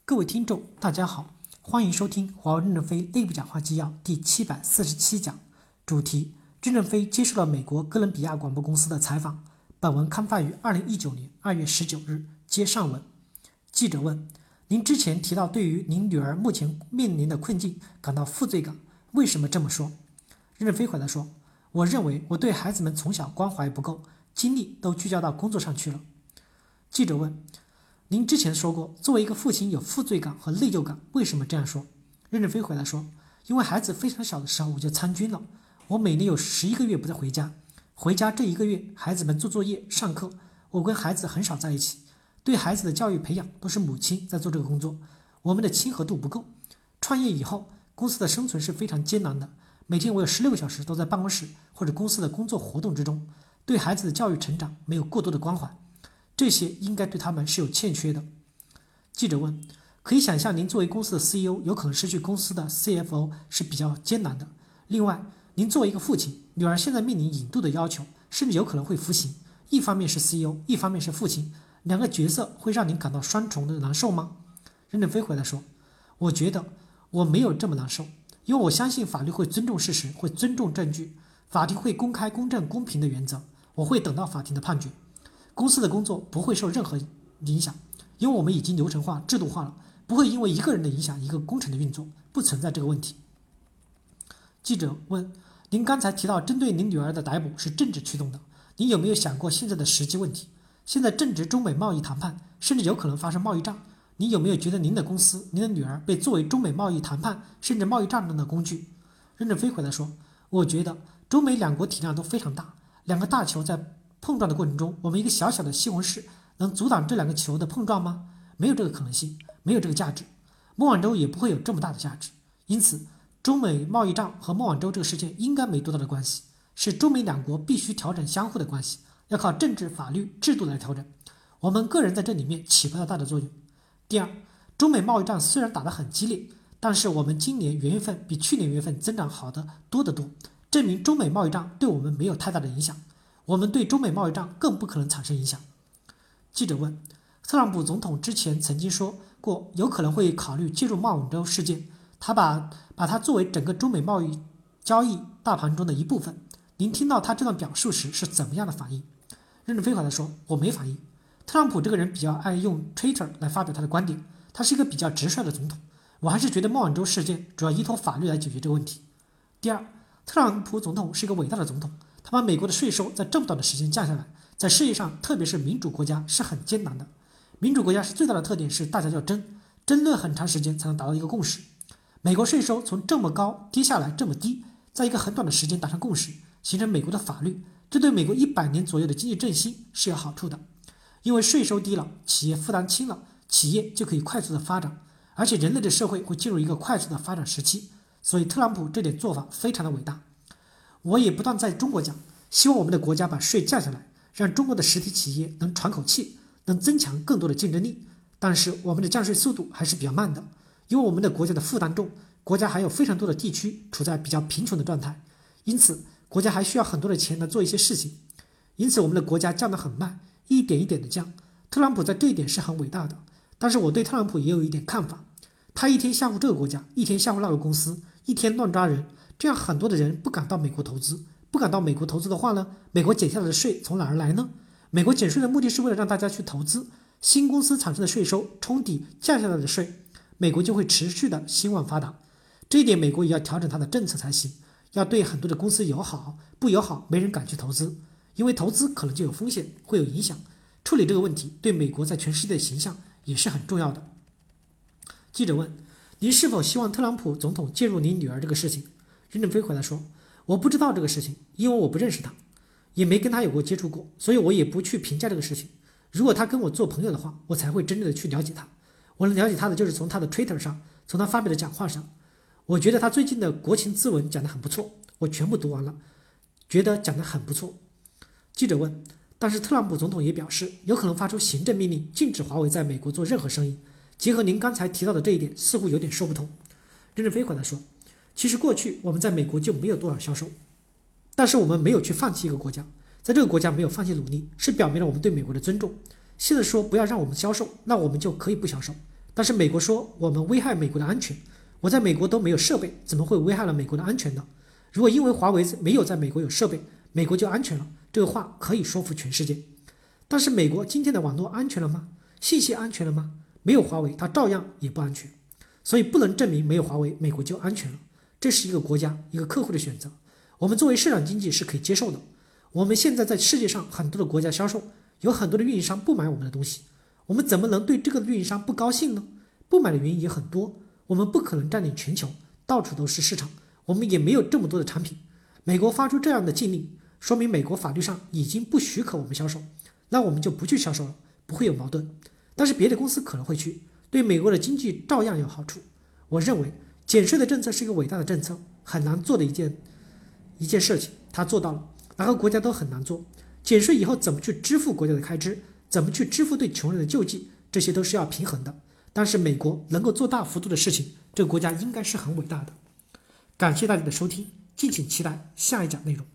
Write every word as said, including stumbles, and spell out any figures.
各位听众，大家好，欢迎收听华为任正非内部讲话纪要第七百四十七讲，主题：任正非接受了美国哥伦比亚广播公司的采访。本文刊发于二零一九年二月十九日。接上文，记者问：您之前提到对于您女儿目前面临的困境感到负罪感，为什么这么说？任正非回答说：我认为我对孩子们从小关怀不够，精力都聚焦到工作上去了。记者问：您之前说过，作为一个父亲有负罪感和内疚感，为什么这样说？任正非回答说：因为孩子非常小的时候我就参军了，我每年有十一个月不再回家，回家这一个月，孩子们做作业、上课，我跟孩子很少在一起，对孩子的教育培养都是母亲在做这个工作，我们的亲和度不够。创业以后，公司的生存是非常艰难的，每天我有十六个小时都在办公室或者公司的工作活动之中，对孩子的教育成长没有过多的关怀，这些应该对他们是有欠缺的。记者问：可以想象您作为公司的 C E O 有可能失去公司的 C F O 是比较艰难的，另外您作为一个父亲，女儿现在面临引渡的要求，甚至有可能会服刑，一方面是 C E O， 一方面是父亲，两个角色会让您感到双重的难受吗？任正非回答说：我觉得我没有这么难受，因为我相信法律会尊重事实，会尊重证据，法庭会公开、公正、公平的原则，我会等到法庭的判决。公司的工作不会受任何影响，因为我们已经流程化、制度化了，不会因为一个人的影响一个工程的运作，不存在这个问题。记者问：您刚才提到针对您女儿的逮捕是政治驱动的，您有没有想过现在的实际问题？现在正值中美贸易谈判，甚至有可能发生贸易战，您有没有觉得您的公司、您的女儿被作为中美贸易谈判甚至贸易战争的工具？任正非回答说：我觉得中美两国体量都非常大，两个大球在碰撞的过程中，我们一个小小的西红柿能阻挡这两个球的碰撞吗？没有这个可能性，没有这个价值。孟晚舟也不会有这么大的价值。因此，中美贸易战和孟晚舟这个事件应该没多大的关系，是中美两国必须调整相互的关系，要靠政治、法律、制度来调整。我们个人在这里面起不到大的作用。第二，中美贸易战虽然打得很激烈，但是我们今年元月份比去年元月份增长好的多得多，证明中美贸易战对我们没有太大的影响。我们对中美贸易战更不可能产生影响。记者问：特朗普总统之前曾经说过有可能会考虑介入孟晚舟事件，他把把它作为整个中美贸易交易大盘中的一部分，您听到他这段表述时是怎么样的反应？任正非回答说：我没反应。特朗普这个人比较爱用 Twitter 来发表他的观点，他是一个比较直率的总统，我还是觉得孟晚舟事件主要依托法律来解决这个问题。第二，特朗普总统是一个伟大的总统，他把美国的税收在这么短的时间降下来，在世界上特别是民主国家是很艰难的。民主国家是最大的特点是大家要争，争论很长时间才能达到一个共识。美国税收从这么高跌下来这么低，在一个很短的时间达成共识，形成美国的法律，这对美国一百年左右的经济振兴是有好处的。因为税收低了，企业负担轻了，企业就可以快速的发展，而且人类的社会会进入一个快速的发展时期，所以特朗普这点做法非常的伟大。我也不断在中国讲，希望我们的国家把税降下来，让中国的实体企业能喘口气，能增强更多的竞争力。但是我们的降税速度还是比较慢的，因为我们的国家的负担重，国家还有非常多的地区处在比较贫穷的状态，因此国家还需要很多的钱来做一些事情，因此我们的国家降得很慢，一点一点的降。特朗普在这一点是很伟大的，但是我对特朗普也有一点看法，他一天吓唬这个国家，一天吓唬那个公司，一天乱抓人，这样很多的人不敢到美国投资，不敢到美国投资的话呢，美国减下来的税从哪儿来呢？美国减税的目的是为了让大家去投资，新公司产生的税收冲抵降下来的税，美国就会持续的兴旺发达。这一点美国也要调整它的政策才行，要对很多的公司友好，不友好没人敢去投资，因为投资可能就有风险，会有影响。处理这个问题对美国在全世界的形象也是很重要的。记者问：您是否希望特朗普总统介入您女儿这个事情？任正非回答说：我不知道这个事情，因为我不认识他，也没跟他有过接触过，所以我也不去评价这个事情。如果他跟我做朋友的话，我才会真正的去了解他。我能了解他的就是从他的 Twitter 上，从他发表的讲话上。我觉得他最近的国情咨文讲得很不错，我全部读完了，觉得讲得很不错。记者问：但是特朗普总统也表示，有可能发出行政命令，禁止华为在美国做任何生意。结合您刚才提到的这一点，似乎有点说不通。任正非回答说：其实过去我们在美国就没有多少销售，但是我们没有去放弃一个国家，在这个国家没有放弃努力，是表明了我们对美国的尊重。现在说不要让我们销售，那我们就可以不销售， 但是美国说我们危害美国的安全，我在美国都没有设备，怎么会危害了美国的安全呢？如果因为华为没有在美国有设备，美国就安全了，这个话可以说服全世界。但是美国今天的网络安全了吗？信息安全了吗？没有华为，它照样也不安全。所以不能证明没有华为，美国就安全了。这是一个国家、一个客户的选择。我们作为市场经济是可以接受的。我们现在在世界上很多的国家销售，有很多的运营商不买我们的东西，我们怎么能对这个运营商不高兴呢？不买的原因也很多，我们不可能占领全球，到处都是市场，我们也没有这么多的产品。美国发出这样的禁令，说明美国法律上已经不许可我们销售，那我们就不去销售了，不会有矛盾。但是别的公司可能会去，对美国的经济照样有好处。我认为减税的政策是一个伟大的政策，很难做的一件一件事情，他做到了，哪个国家都很难做。减税以后怎么去支付国家的开支，怎么去支付对穷人的救济，这些都是要平衡的。但是美国能够做大幅度的事情，这个国家应该是很伟大的。感谢大家的收听，敬请期待下一讲内容。